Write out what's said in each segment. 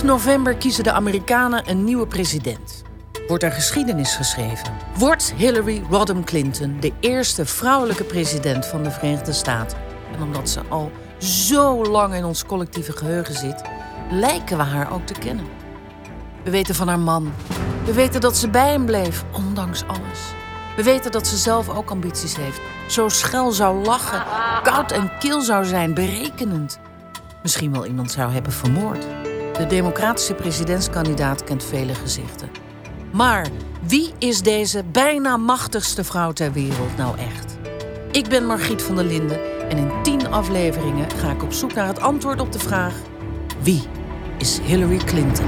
8 november kiezen de Amerikanen een nieuwe president. Wordt er geschiedenis geschreven? Wordt Hillary Rodham Clinton de eerste vrouwelijke president van de Verenigde Staten? En omdat ze al zo lang in ons collectieve geheugen zit, lijken we haar ook te kennen. We weten van haar man. We weten dat ze bij hem bleef, ondanks alles. We weten dat ze zelf ook ambities heeft. Zo schel zou lachen, koud en kil zou zijn, berekenend. Misschien wel iemand zou hebben vermoord. De democratische presidentskandidaat kent vele gezichten. Maar wie is deze bijna machtigste vrouw ter wereld nou echt? Ik ben Margriet van der Linden en in 10 afleveringen ga ik op zoek naar het antwoord op de vraag: wie is Hillary Clinton?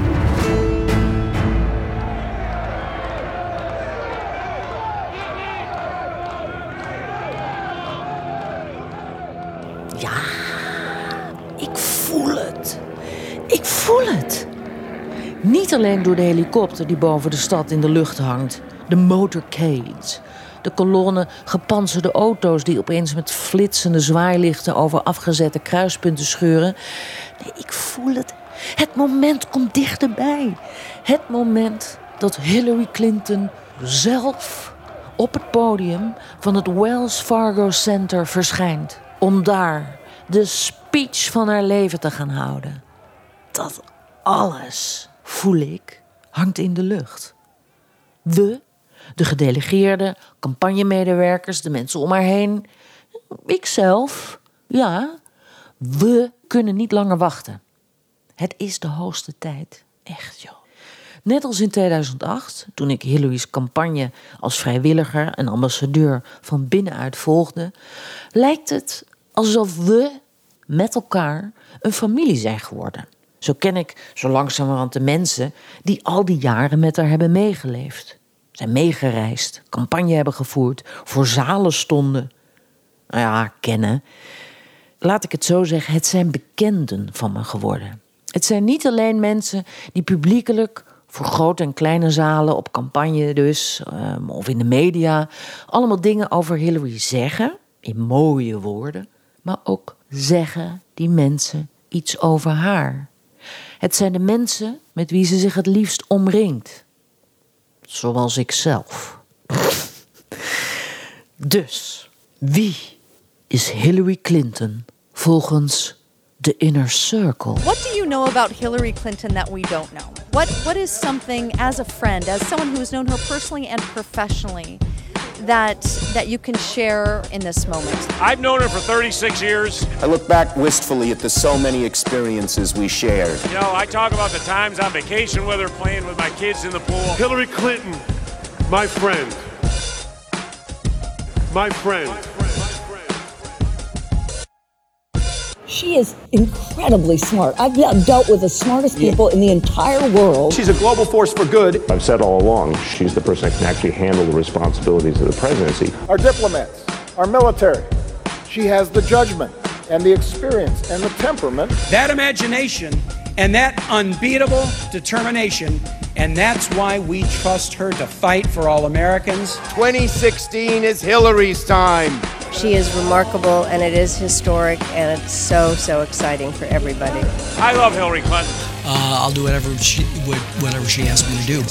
Ja, ik voel het. Ik voel het. Niet alleen door de helikopter die boven de stad in de lucht hangt. De motorcades. De kolonne gepantserde auto's die opeens met flitsende zwaailichten over afgezette kruispunten scheuren. Nee, ik voel het. Het moment komt dichterbij. Het moment dat Hillary Clinton zelf op het podium van het Wells Fargo Center verschijnt. Om daar de speech van haar leven te gaan houden. Dat alles, voel ik, hangt in de lucht. We, de gedelegeerden, campagnemedewerkers, de mensen om haar heen, ikzelf, ja, we kunnen niet langer wachten. Het is de hoogste tijd, echt joh. Net als in 2008, toen ik Hillary's campagne als vrijwilliger en ambassadeur van binnenuit volgde, lijkt het alsof we met elkaar een familie zijn geworden. Zo ken ik zo langzamerhand de mensen die al die jaren met haar hebben meegeleefd. Zijn meegereisd, campagne hebben gevoerd, voor zalen stonden. Nou ja, kennen. Laat ik het zo zeggen, het zijn bekenden van me geworden. Het zijn niet alleen mensen die publiekelijk voor grote en kleine zalen, op campagne dus, of in de media, allemaal dingen over Hillary zeggen, in mooie woorden, maar ook zeggen die mensen iets over haar. Het zijn de mensen met wie ze zich het liefst omringt. Zoals ik zelf. Dus, wie is Hillary Clinton volgens The Inner Circle? What do you know about Hillary Clinton that we don't know? What is something, as a friend, as someone who has known her personally and professionally, that you can share in this moment? I've known her for 36 years. I look back wistfully at the so many experiences we shared. You know, I talk about the times on vacation with her, playing with my kids in the pool. Hillary Clinton, my friend. My friend. She is incredibly smart. I've dealt with the smartest people in the entire world. She's a global force for good. I've said all along, she's the person that can actually handle the responsibilities of the presidency. Our diplomats, our military. She has the judgment and the experience and the temperament. That imagination and that unbeatable determination, and that's why we trust her to fight for all Americans. 2016 is Hillary's time. She is remarkable, and it is historic, and it's so exciting for everybody. I love Hillary Clinton. I'll do whatever she asks me to do.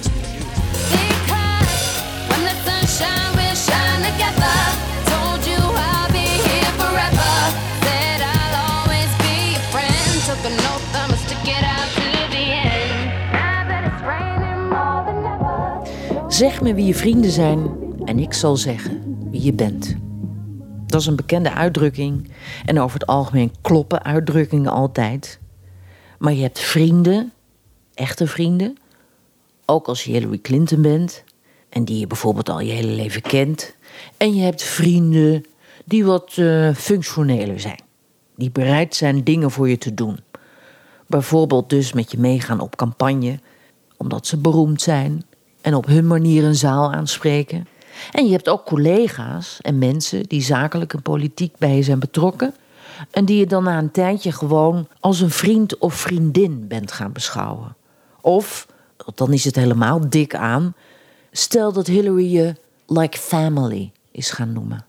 When the sunshine will shine together, told you I'll be here forever. Said I'll always be your friend. Took an oath, I'ma stick it out to the end. Now that it's raining more than ever. Zeg me wie je vrienden zijn en ik zal zeggen wie je bent. Dat is een bekende uitdrukking en over het algemeen kloppen uitdrukkingen altijd. Maar je hebt vrienden, echte vrienden, ook als je Hillary Clinton bent en die je bijvoorbeeld al je hele leven kent. En je hebt vrienden die wat functioneler zijn, die bereid zijn dingen voor je te doen. Bijvoorbeeld dus met je meegaan op campagne, omdat ze beroemd zijn en op hun manier een zaal aanspreken. En je hebt ook collega's en mensen die zakelijk en politiek bij je zijn betrokken en die je dan na een tijdje gewoon als een vriend of vriendin bent gaan beschouwen. Of, dan is het helemaal dik aan, stel dat Hillary je like family is gaan noemen.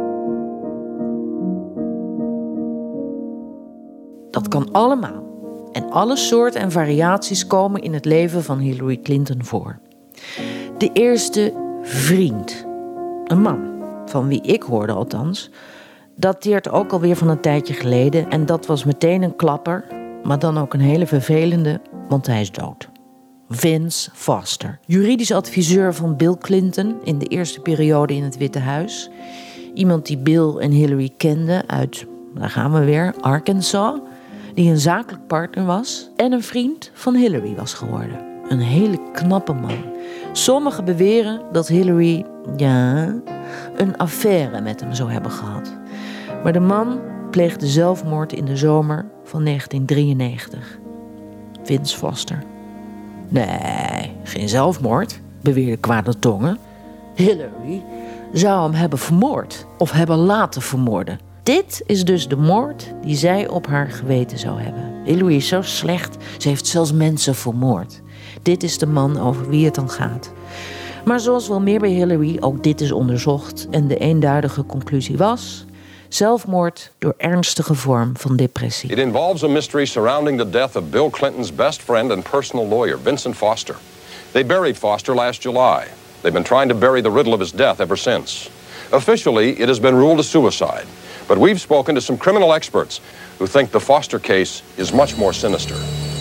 Dat kan allemaal. En alle soorten en variaties komen in het leven van Hillary Clinton voor. De eerste vriend, een man, van wie ik hoorde althans, dateert ook alweer van een tijdje geleden. En dat was meteen een klapper, maar dan ook een hele vervelende, want hij is dood. Vince Foster, juridisch adviseur van Bill Clinton in de eerste periode in het Witte Huis. Iemand die Bill en Hillary kende uit, daar gaan we weer, Arkansas, die een zakelijk partner was en een vriend van Hillary was geworden. Een hele knappe man. Sommigen beweren dat Hillary, een affaire met hem zou hebben gehad. Maar de man pleegde zelfmoord in de zomer van 1993. Vince Foster. Nee, geen zelfmoord, beweerden kwade tongen. Hillary zou hem hebben vermoord of hebben laten vermoorden. Dit is dus de moord die zij op haar geweten zou hebben. Hillary is zo slecht, ze heeft zelfs mensen vermoord. Dit is de man over wie het dan gaat. Maar zoals wel meer bij Hillary, ook dit is onderzocht en de eenduidige conclusie was: zelfmoord door ernstige vorm van depressie. It involves a mystery surrounding the death of Bill Clinton's best friend and personal lawyer, Vincent Foster. They buried Foster last July. They've been trying to bury the riddle of his death ever since. Officially, it has been ruled a suicide. But we've spoken to some criminal experts who think the Foster case is much more sinister.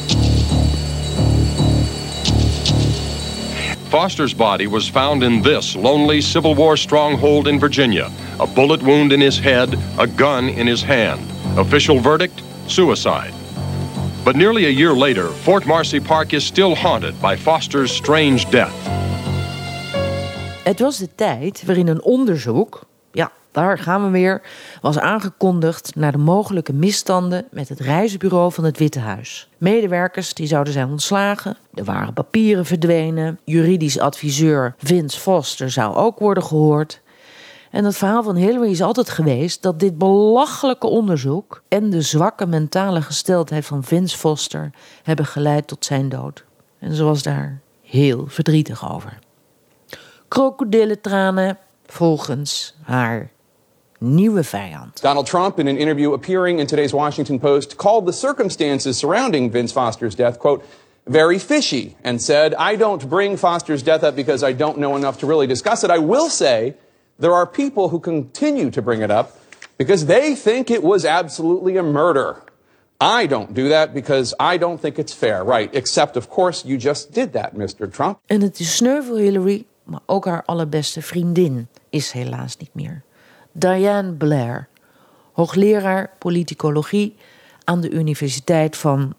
Foster's body was found in this lonely Civil War stronghold in Virginia. A bullet wound in his head, a gun in his hand. Official verdict, suicide. But nearly a year later, Fort Marcy Park is still haunted by Foster's strange death. Het was de tijd waarin een onderzoek, daar gaan we weer, was aangekondigd naar de mogelijke misstanden met het reisbureau van het Witte Huis. Medewerkers die zouden zijn ontslagen, er waren papieren verdwenen, juridisch adviseur Vince Foster zou ook worden gehoord. En het verhaal van Hillary is altijd geweest dat dit belachelijke onderzoek en de zwakke mentale gesteldheid van Vince Foster hebben geleid tot zijn dood. En ze was daar heel verdrietig over. Krokodillentranen volgens haar nieuwe vijand. Donald Trump, in an interview appearing in today's Washington Post, called the circumstances surrounding Vince Foster's death, quote, very fishy, and said, I don't bring Foster's death up because I don't know enough to really discuss it. I will say there are people who continue to bring it up because they think it was absolutely a murder. I don't do that because I don't think it's fair, right? Except, of course, you just did that, Mr. Trump. En het is sneu voor Hillary, maar ook haar allerbeste vriendin is helaas niet meer. Diane Blair, hoogleraar politicologie aan de Universiteit van,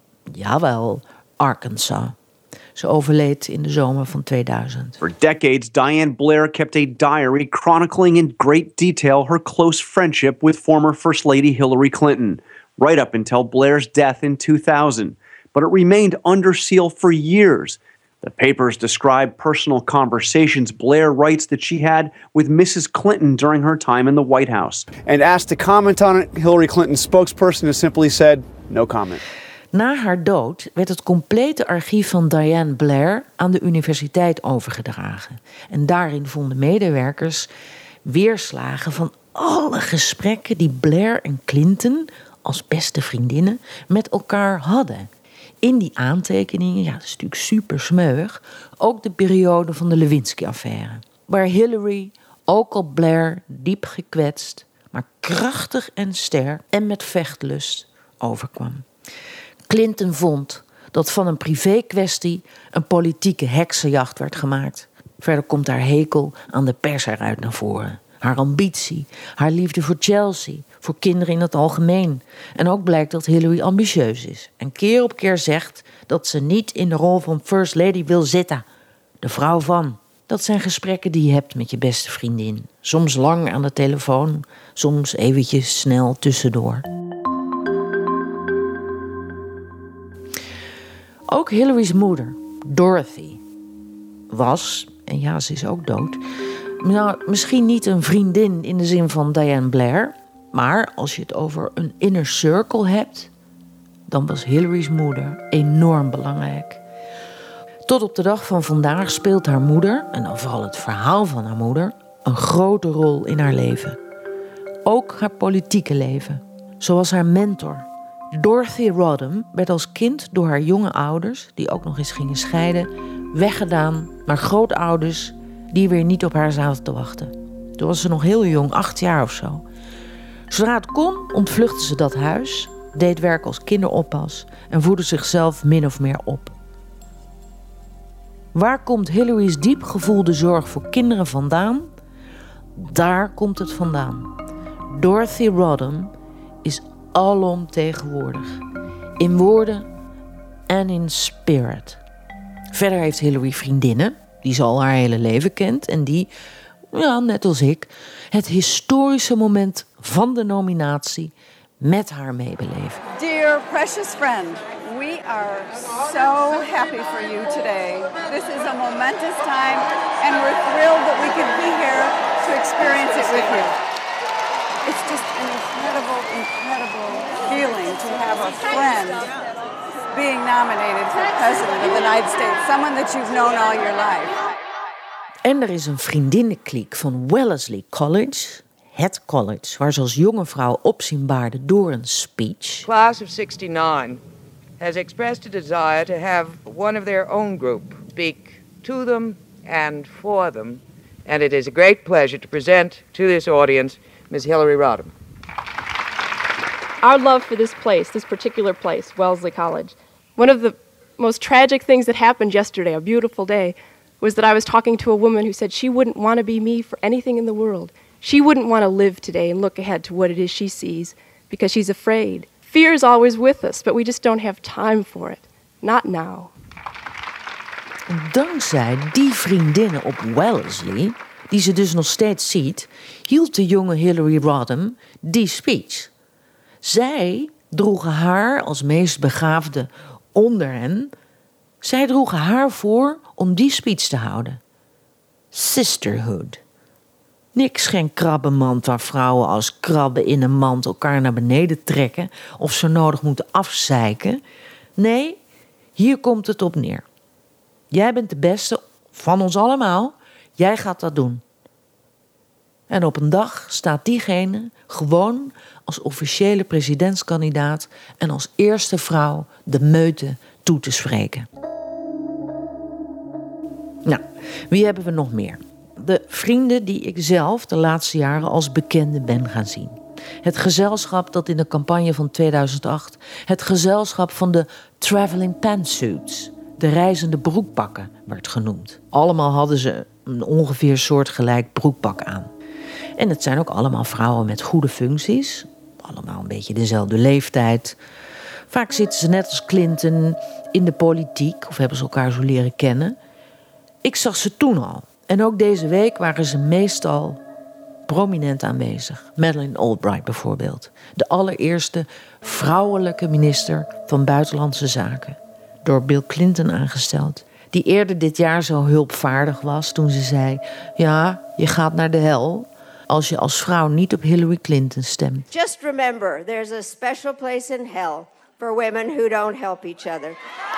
Arkansas. Ze overleed in de zomer van 2000. For decades, Diane Blair kept a diary chronicling in great detail her close friendship with former First Lady Hillary Clinton, right up until Blair's death in 2000. But it remained under seal for years. The papers describe personal conversations Blair writes that she had with Mrs. Clinton during her time in the White House. And asked to comment on it, Hillary Clinton's spokesperson has simply said, no comment. Na haar dood werd het complete archief van Diane Blair aan de universiteit overgedragen. En daarin vonden medewerkers weerslagen van alle gesprekken die Blair en Clinton als beste vriendinnen met elkaar hadden. In die aantekeningen, dat is natuurlijk super smeuig, ook de periode van de Lewinsky-affaire. Waar Hillary, ook al Blair, diep gekwetst, maar krachtig en sterk en met vechtlust overkwam. Clinton vond dat van een privé-kwestie een politieke heksenjacht werd gemaakt. Verder komt haar hekel aan de pers eruit naar voren. Haar ambitie, haar liefde voor Chelsea, voor kinderen in het algemeen. En ook blijkt dat Hillary ambitieus is. En keer op keer zegt dat ze niet in de rol van First Lady wil zitten. De vrouw van. Dat zijn gesprekken die je hebt met je beste vriendin. Soms lang aan de telefoon, soms eventjes snel tussendoor. Ook Hillary's moeder, Dorothy, was, en ze is ook dood, misschien niet een vriendin in de zin van Diane Blair, maar als je het over een inner circle hebt, dan was Hillary's moeder enorm belangrijk. Tot op de dag van vandaag speelt haar moeder, en dan vooral het verhaal van haar moeder, een grote rol in haar leven. Ook haar politieke leven, zoals haar mentor, Dorothy Rodham werd als kind door haar jonge ouders, die ook nog eens gingen scheiden, weggedaan naar grootouders die weer niet op haar zaten te wachten. Toen was ze nog heel jong, 8 jaar of zo. Zodra het kon, ontvluchtte ze dat huis, deed werk als kinderoppas en voedde zichzelf min of meer op. Waar komt Hillary's diep gevoelde zorg voor kinderen vandaan? Daar komt het vandaan. Dorothy Rodham is alomtegenwoordig. In woorden en in spirit. Verder heeft Hillary vriendinnen, die ze al haar hele leven kent en die, ja, net als ik, het historische moment van de nominatie met haar meebeleven. Dear precious friend, we are so happy for you today. This is a momentous time and we're thrilled that we could be here to experience it with you. It's just an incredible feeling to have a friend being nominated for President of the United States, someone that you've known all your life. En er is een vriendinnenkliek van Wellesley College, het college waar ze als jonge vrouw opzien baarde door een speech. Class of 69 has expressed a desire to have one of their own group speak to them and for them, and it is a great pleasure to present to this audience Ms. Hillary Rodham. Our love for this place, this particular place, Wellesley College, one of the most tragic things that happened yesterday, a beautiful day, was that I was talking to a woman who said she wouldn't want to be me for anything in the world. She wouldn't want to live today and look ahead to what it is she sees because she's afraid. Fear is always with us, but we just don't have time for it. Not now. Dankzij die vriendinnen op Wellesley, die ze dus nog steeds ziet, hield de jonge Hillary Rodham die speech. Zij droegen haar als meest begaafde onder hen. Zij droegen haar voor om die speech te houden. Sisterhood. Niks geen krabbenmand waar vrouwen als krabben in een mand elkaar naar beneden trekken of zo nodig moeten afzeiken. Nee, hier komt het op neer. Jij bent de beste van ons allemaal. Jij gaat dat doen. En op een dag staat diegene gewoon als officiële presidentskandidaat en als eerste vrouw de meute toe te spreken. Nou, wie hebben we nog meer? De vrienden die ik zelf de laatste jaren als bekende ben gaan zien. Het gezelschap dat in de campagne van 2008... het gezelschap van de traveling pantsuits, de reizende broekpakken, werd genoemd. Allemaal hadden ze een ongeveer soortgelijk broekpak aan. En het zijn ook allemaal vrouwen met goede functies. Allemaal een beetje dezelfde leeftijd. Vaak zitten ze net als Clinton in de politiek of hebben ze elkaar zo leren kennen. Ik zag ze toen al. En ook deze week waren ze meestal prominent aanwezig. Madeleine Albright bijvoorbeeld. De allereerste vrouwelijke minister van Buitenlandse Zaken. Door Bill Clinton aangesteld. Die eerder dit jaar zo hulpvaardig was toen ze zei... ja, je gaat naar de hel als je als vrouw niet op Hillary Clinton stemt. Just remember, there's a special place in hell for women who don't help each other.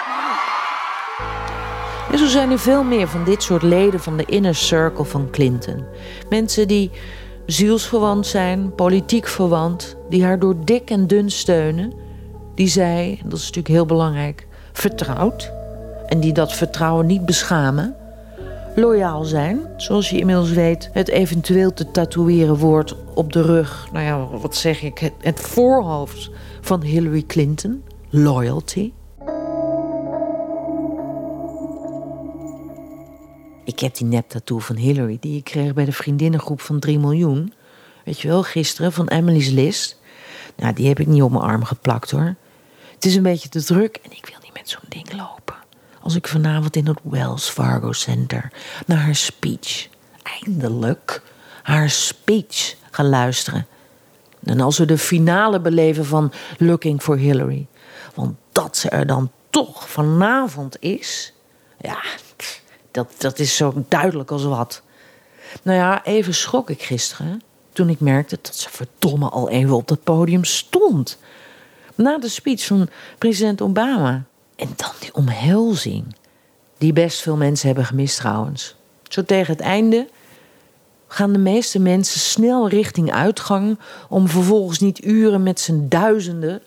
En zo zijn er veel meer van dit soort leden van de inner circle van Clinton. Mensen die zielsverwant zijn, politiek verwant, die haar door dik en dun steunen. Die zij, dat is natuurlijk heel belangrijk, vertrouwt. En die dat vertrouwen niet beschamen. Loyaal zijn, zoals je inmiddels weet, het eventueel te tatoeëren woord op de rug. Nou ja, wat zeg ik, het voorhoofd van Hillary Clinton. Loyalty. Ik heb die neptattoo van Hillary die ik kreeg bij de vriendinnengroep van 3 miljoen. Weet je wel, gisteren van Emily's List. Nou, die heb ik niet op mijn arm geplakt hoor. Het is een beetje te druk en ik wil niet met zo'n ding lopen. Als ik vanavond in het Wells Fargo Center naar haar speech, eindelijk haar speech ga luisteren. En als we de finale beleven van Looking for Hillary. Want dat ze er dan toch vanavond is, ja, dat is zo duidelijk als wat. Nou ja, even schrok ik gisteren toen ik merkte dat ze verdomme al even op dat podium stond. Na de speech van president Obama. En dan die omhelzing. Die best veel mensen hebben gemist trouwens. Zo tegen het einde gaan de meeste mensen snel richting uitgang om vervolgens niet uren met z'n duizenden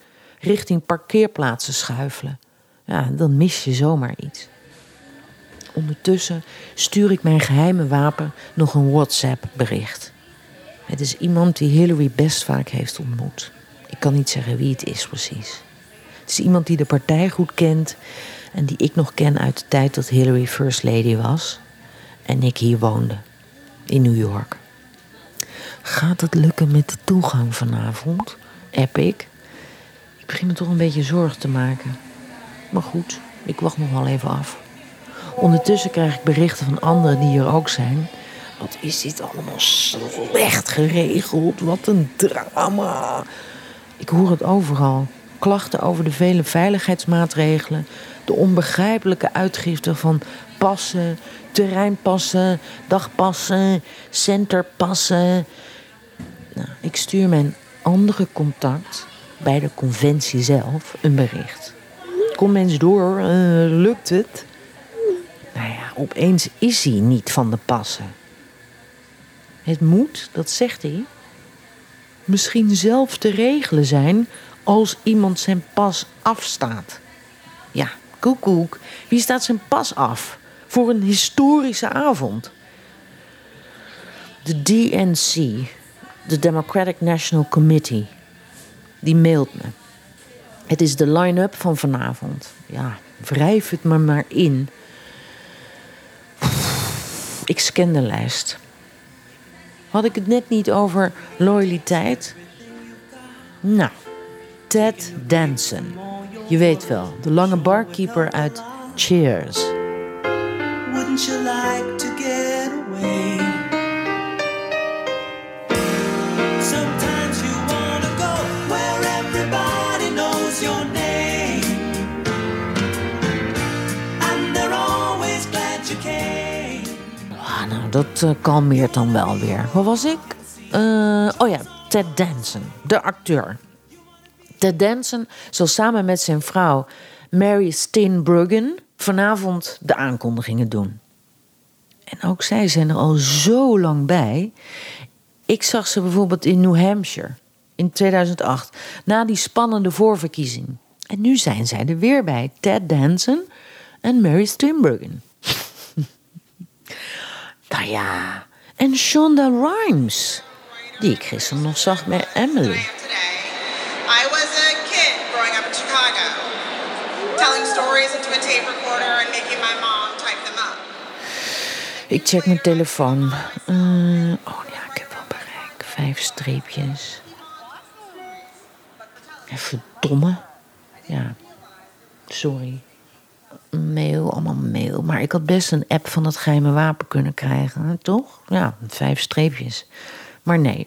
richting parkeerplaatsen schuifelen. Ja, dan mis je zomaar iets. Ondertussen stuur ik mijn geheime wapen nog een WhatsApp-bericht. Het is iemand die Hillary best vaak heeft ontmoet. Ik kan niet zeggen wie het is precies. Het is iemand die de partij goed kent en die ik nog ken uit de tijd dat Hillary First Lady was en ik hier woonde, in New York. Gaat het lukken met de toegang vanavond? App ik. Ik begin me toch een beetje zorgen te maken. Maar goed, ik wacht nog wel even af. Ondertussen krijg ik berichten van anderen die hier ook zijn. Wat is dit allemaal slecht geregeld? Wat een drama. Ik hoor het overal. Klachten over de vele veiligheidsmaatregelen. De onbegrijpelijke uitgiften van passen, terreinpassen, dagpassen, centerpassen. Nou, ik stuur mijn andere contact bij de conventie zelf een bericht. Kom eens door, lukt het? Nou ja, opeens is hij niet van de passen. Het moet, dat zegt hij, misschien zelf te regelen zijn als iemand zijn pas afstaat. Ja, koekoek, wie staat zijn pas af voor een historische avond? De DNC, de Democratic National Committee, die mailt me. Het is de line-up van vanavond. Ja, wrijf het maar in. Ik scan de lijst. Had ik het net niet over loyaliteit? Nou, Ted Danson. Je weet wel, de lange barkeeper uit Cheers. Wouldn't you like to get away? Sometimes you wanna go where everybody knows your name. And they're always glad you came. Ah, nou, dat kalmeert dan wel weer. Waar was ik? Oh ja, Ted Danson, de acteur. Ted Danson zal samen met zijn vrouw Mary Steenburgen vanavond de aankondigingen doen. En ook zij zijn er al zo lang bij. Ik zag ze bijvoorbeeld in New Hampshire in 2008, na die spannende voorverkiezing. En nu zijn zij er weer bij, Ted Danson en Mary Steenburgen. Nou ja, en Shonda Rhimes, die ik gisteren nog zag bij Emily. I was a kid growing up in Chicago, telling stories into a tape recorder and making my mom type them up. Ik check mijn telefoon. Oh ja, ik heb wel bereik. 5 streepjes. Verdomme. Ja, sorry. Mail, allemaal mail. Maar ik had best een app van dat geheime wapen kunnen krijgen, hè? Toch? Ja, 5 streepjes. Maar nee.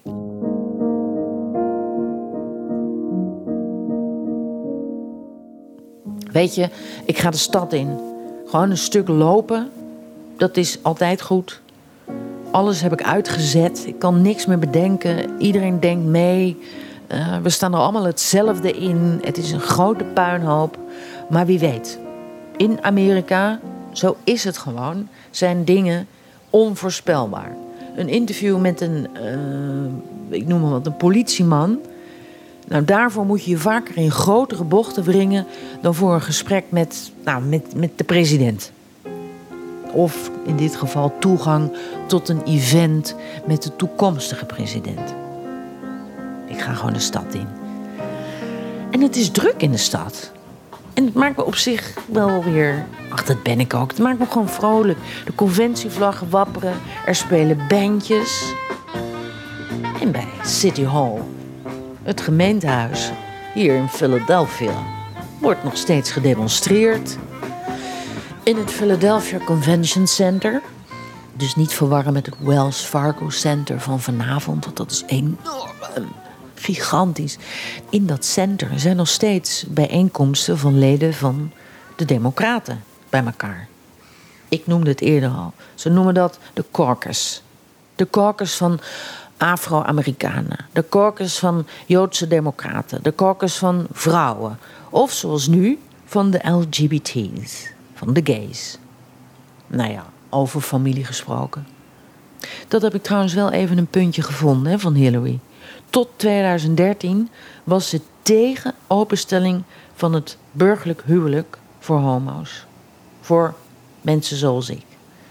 Weet je, ik ga de stad in. Gewoon een stuk lopen. Dat is altijd goed. Alles heb ik uitgezet. Ik kan niks meer bedenken. Iedereen denkt mee. We staan er allemaal hetzelfde in. Het is een grote puinhoop. Maar wie weet. In Amerika, zo is het gewoon, zijn dingen onvoorspelbaar. Een interview met ik noem maar wat, een politieman. Nou, daarvoor moet je je vaker in grotere bochten wringen dan voor een gesprek met de president. Of in dit geval toegang tot een event met de toekomstige president. Ik ga gewoon de stad in. En het is druk in de stad. En het maakt me op zich wel weer... Ach, dat ben ik ook. Het maakt me gewoon vrolijk. De conventievlaggen wapperen. Er spelen bandjes. En bij City Hall, het gemeentehuis hier in Philadelphia, wordt nog steeds gedemonstreerd. In het Philadelphia Convention Center. Dus niet verwarren met het Wells Fargo Center van vanavond. Want dat is enorm, gigantisch. In dat center zijn nog steeds bijeenkomsten van leden van de Democraten bij elkaar. Ik noemde het eerder al. Ze noemen dat de caucus. De caucus van Afro-Amerikanen. De caucus van Joodse democraten. De caucus van vrouwen. Of zoals nu, van de LGBT's. Van de gays. Nou ja, over familie gesproken. Dat heb ik trouwens wel even een puntje gevonden, hè, van Hillary. Tot 2013 was ze tegen openstelling van het burgerlijk huwelijk voor homo's. Voor mensen zoals ik.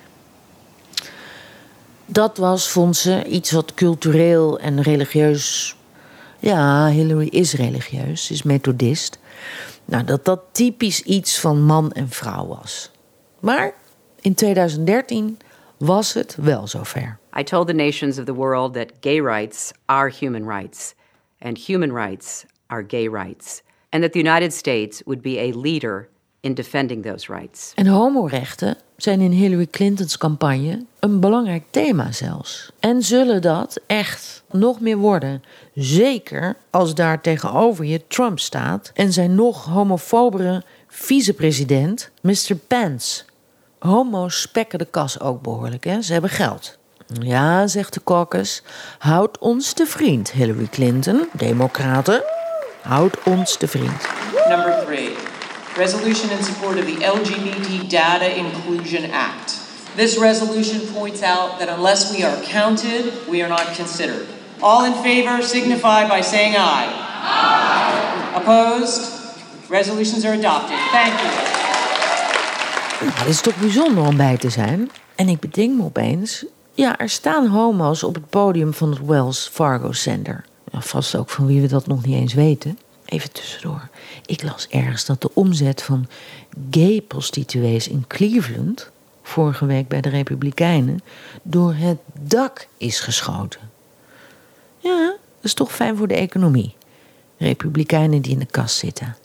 Dat was, vond ze, iets wat cultureel en religieus... Ja, Hillary is religieus, is methodist. Nou, dat typisch iets van man en vrouw was. Maar in 2013 was het wel zover. I told the nations of the world that gay rights are human rights, and human rights are gay rights, and that the United States would be a leader in defending those rights. En homorechten zijn in Hillary Clinton's campagne een belangrijk thema zelfs. En zullen dat echt nog meer worden. Zeker als daar tegenover je Trump staat en zijn nog homofobere vicepresident Mr. Pence. Homo's spekken de kas ook behoorlijk, hè? Ze hebben geld. Ja, zegt de caucus, houd ons te vriend, Hillary Clinton, democraten. Houd ons te vriend. Number 3. Resolution in support of the LGBT Data Inclusion Act. This resolution points out that unless we are counted, we are not considered. All in favor signify by saying aye. Aye. Opposed? Resolutions are adopted. Thank you. Nou, het is toch bijzonder om bij te zijn. En ik bedenk me opeens... Ja, er staan homo's op het podium van het Wells Fargo Center. Ja, vast ook van wie we dat nog niet eens weten. Even tussendoor. Ik las ergens dat de omzet van gay prostituees in Cleveland... vorige week bij de Republikeinen... door het dak is geschoten. Ja, dat is toch fijn voor de economie. Republikeinen die in de kast zitten.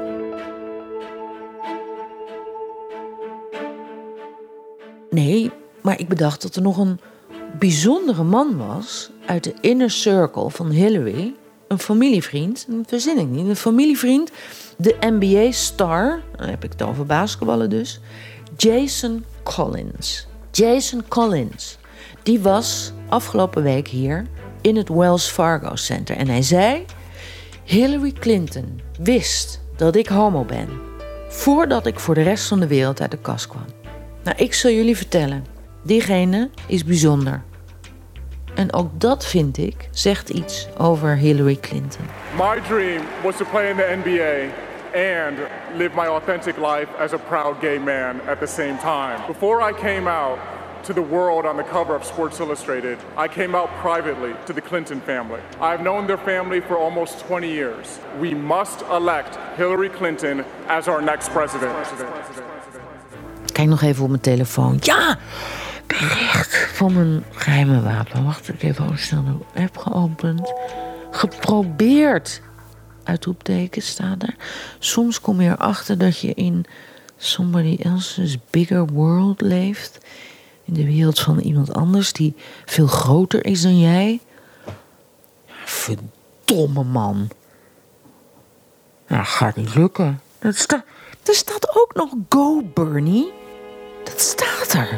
Nee, maar ik bedacht dat er nog een bijzondere man was... uit de inner circle van Hillary... Een familievriend, dat verzin ik niet, een familievriend, de NBA-star, dan heb ik het over basketballen dus, Jason Collins. Jason Collins, die was afgelopen week hier in het Wells Fargo Center. En hij zei, Hillary Clinton wist dat ik homo ben, voordat ik voor de rest van de wereld uit de kast kwam. Nou, ik zal jullie vertellen, diegene is bijzonder. En ook dat, vind ik, zegt iets over Hillary Clinton. My dream was to play in the NBA and live my authentic life as a proud gay man at the same time. Before I came out to the world on the cover of Sports Illustrated, I came out privately to the Clinton family. I've known their family for almost 20 years. We must elect Hillary Clinton as our next president. Kijk nog even op mijn telefoon. Ja! Bericht van mijn geheime wapen. Wacht, ik heb al snel de app geopend. Geprobeerd. Uitroepteken staat er. Soms kom je erachter dat je in somebody else's bigger world leeft. In de wereld van iemand anders die veel groter is dan jij. Verdomme man. Nou, gaat niet lukken. Er staat ook nog Go Bernie. Dat staat er.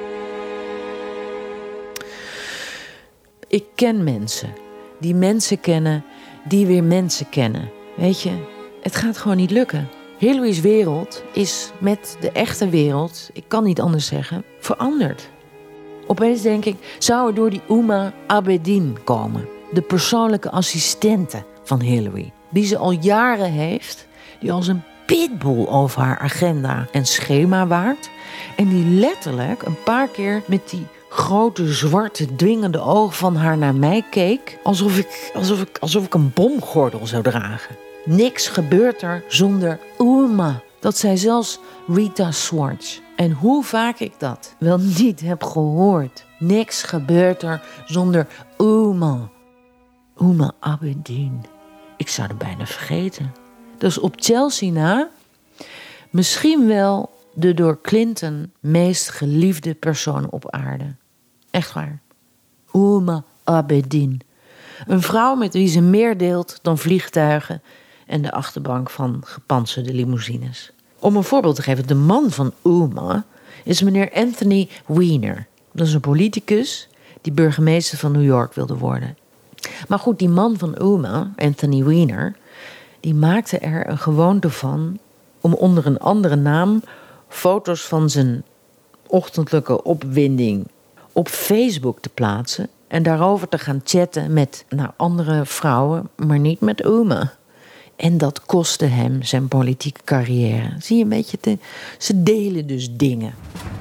Ik ken mensen die mensen kennen, die weer mensen kennen. Weet je, het gaat gewoon niet lukken. Hillary's wereld is met de echte wereld, ik kan niet anders zeggen, veranderd. Opeens denk ik, zou er door die Huma Abedin komen. De persoonlijke assistente van Hillary. Die ze al jaren heeft, die als een pitbull over haar agenda en schema waart. En die letterlijk een paar keer met die grote, zwarte, dwingende ogen van haar naar mij keek. Alsof ik een bomgordel zou dragen. Niks gebeurt er zonder Huma. Dat zei zelfs Rita Swartz. En hoe vaak ik dat wel niet heb gehoord. Niks gebeurt er zonder Huma. Huma Abedin. Ik zou het bijna vergeten. Dat is op Chelsea na misschien wel de door Clinton meest geliefde persoon op aarde. Echt waar. Huma Abedin. Een vrouw met wie ze meer deelt dan vliegtuigen en de achterbank van gepantserde limousines. Om een voorbeeld te geven, de man van Huma is meneer Anthony Weiner. Dat is een politicus die burgemeester van New York wilde worden. Maar goed, die man van Huma, Anthony Weiner, die maakte er een gewoonte van om onder een andere naam foto's van zijn ochtendelijke opwinding op Facebook te plaatsen En daarover te gaan chatten met andere vrouwen, maar niet met Uma. En dat kostte hem zijn politieke carrière. Zie je een beetje, ze delen dus dingen.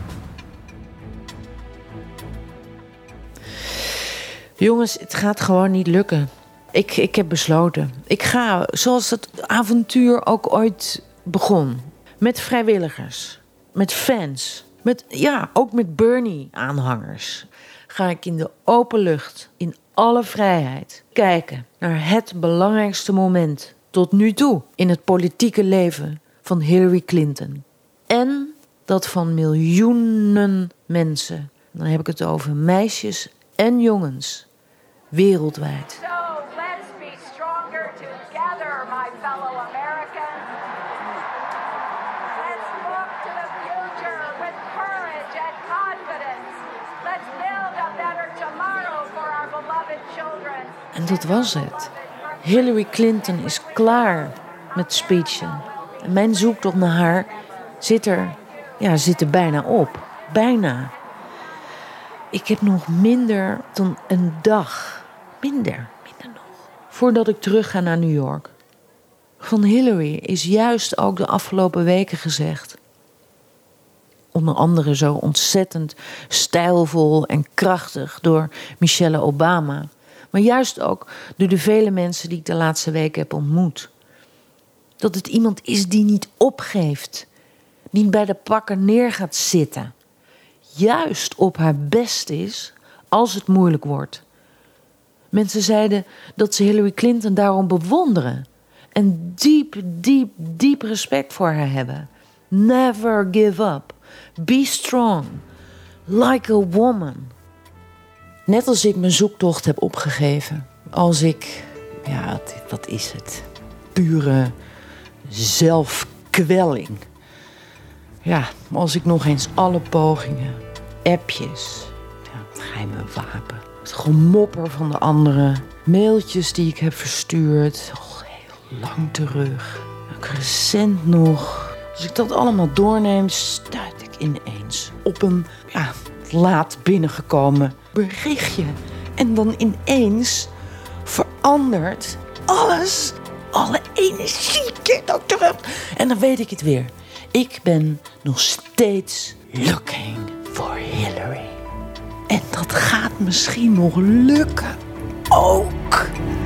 Jongens, het gaat gewoon niet lukken. Ik heb besloten. Ik ga, zoals het avontuur ook ooit begon. Met vrijwilligers. Met fans. Ook met Bernie-aanhangers. Ga ik in de open lucht, in alle vrijheid, kijken naar het belangrijkste moment tot nu toe in het politieke leven van Hillary Clinton. En dat van miljoenen mensen. Dan heb ik het over meisjes en jongens. Wereldwijd. So let's be stronger together, my fellow Americans. Let's look to the future with courage and confidence. Let's build a better tomorrow for our beloved children. En dat was het. Hillary Clinton is klaar met speechen. En mijn zoektocht naar haar zit er bijna op. Bijna. Ik heb nog minder dan een dag. Minder nog. Voordat ik terug ga naar New York. Van Hillary is juist ook de afgelopen weken gezegd. Onder andere zo ontzettend stijlvol en krachtig door Michelle Obama. Maar juist ook door de vele mensen die ik de laatste weken heb ontmoet. Dat het iemand is die niet opgeeft. Die bij de pakken neer gaat zitten. Juist op haar best is als het moeilijk wordt. Mensen zeiden dat ze Hillary Clinton daarom bewonderen. En diep respect voor haar hebben. Never give up. Be strong. Like a woman. Net als ik mijn zoektocht heb opgegeven. Als ik, wat is het? Pure zelfkwelling. Ja, als ik nog eens alle pogingen, appjes, het geheime wapen, het gemopper van de anderen, mailtjes die ik heb verstuurd, heel lang terug, ook recent nog. Als ik dat allemaal doorneem, stuit ik ineens op een laat binnengekomen berichtje. En dan ineens verandert alles, alle energie keert ook terug. En dan weet ik het weer. Ik ben nog steeds looking for Hillary. En dat gaat misschien nog lukken. Ook.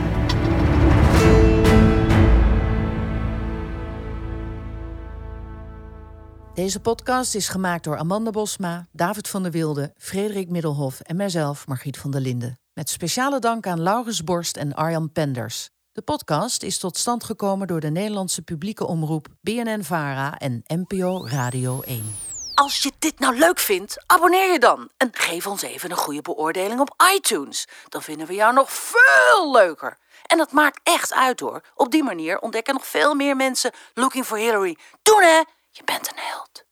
Deze podcast is gemaakt door Amanda Bosma, David van der Wilde, Frederik Middelhof en mijzelf, Margriet van der Linden. Met speciale dank aan Laurens Borst en Arjan Penders. De podcast is tot stand gekomen door de Nederlandse publieke omroep BNN-VARA en NPO Radio 1. Als je dit nou leuk vindt, abonneer je dan. En geef ons even een goede beoordeling op iTunes. Dan vinden we jou nog veel leuker. En dat maakt echt uit hoor. Op die manier ontdekken nog veel meer mensen Looking for Hillary. Doen hè, je bent een held.